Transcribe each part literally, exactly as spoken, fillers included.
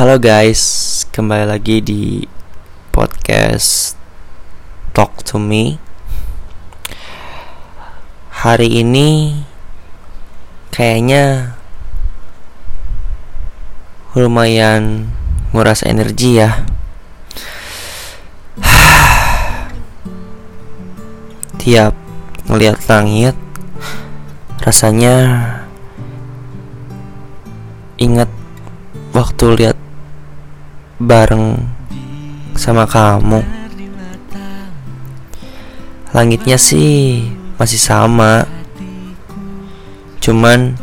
Halo guys, kembali lagi di podcast Talk to Me. Hari ini kayaknya lumayan nguras energi ya. Tiap ngeliat langit rasanya ingat waktu lihat bareng sama kamu. Langitnya sih masih sama, cuman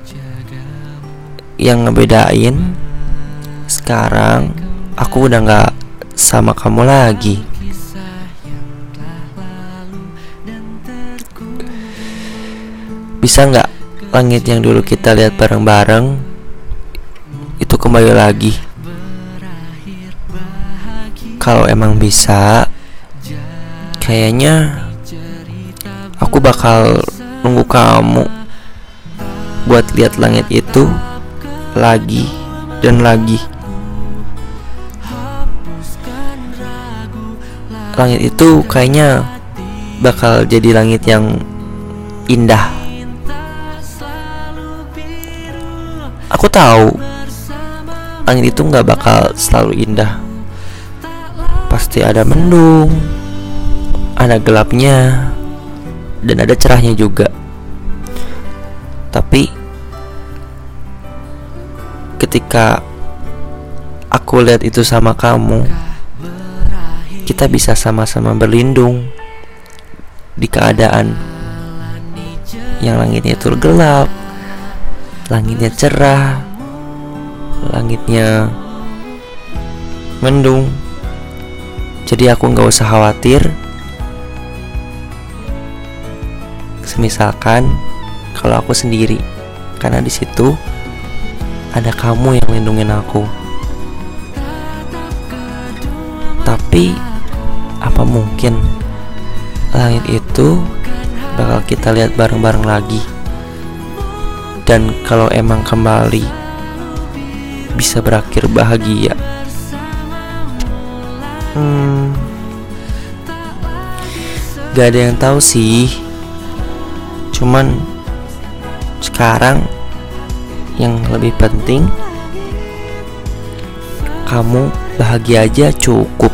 yang ngebedain sekarang aku udah gak sama kamu lagi. Bisa gak langit yang dulu kita lihat bareng-bareng itu kembali lagi? Kalau emang bisa, kayaknya aku bakal nunggu kamu buat lihat langit itu lagi dan lagi. Langit itu kayaknya bakal jadi langit yang indah. Aku tahu langit itu gak bakal selalu indah. Pasti ada mendung, ada gelapnya, dan ada cerahnya juga. Tapi ketika aku lihat itu sama kamu, kita bisa sama-sama berlindung di keadaan yang langitnya itu gelap, langitnya cerah, langitnya mendung. Jadi aku gak usah khawatir. Semisalkan kalau aku sendiri, karena di situ ada kamu yang lindungin aku. Tapi apa mungkin langit itu bakal kita lihat bareng-bareng lagi? Dan kalau emang kembali bisa berakhir bahagia? Hmm, gak ada yang tahu sih. Cuman sekarang yang lebih penting kamu bahagia aja cukup.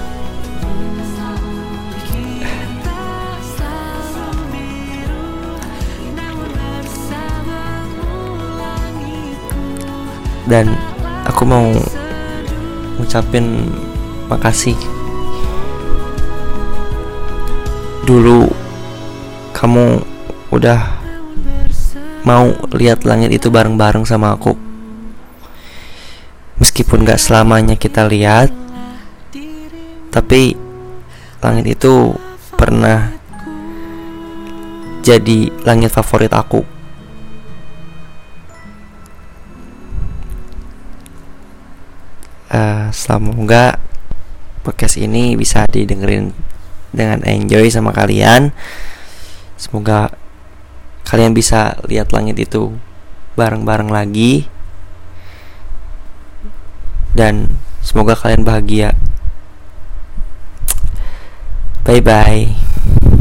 Dan aku mau ngucapin makasih. Dulu kamu udah mau lihat langit itu bareng-bareng sama aku. Meskipun gak selamanya kita lihat, tapi langit itu pernah jadi langit favorit aku. Uh, semoga podcast ini bisa didengerin dengan enjoy sama kalian. Semoga kalian bisa lihat langit itu bareng-bareng lagi. Dan semoga kalian bahagia. Bye bye.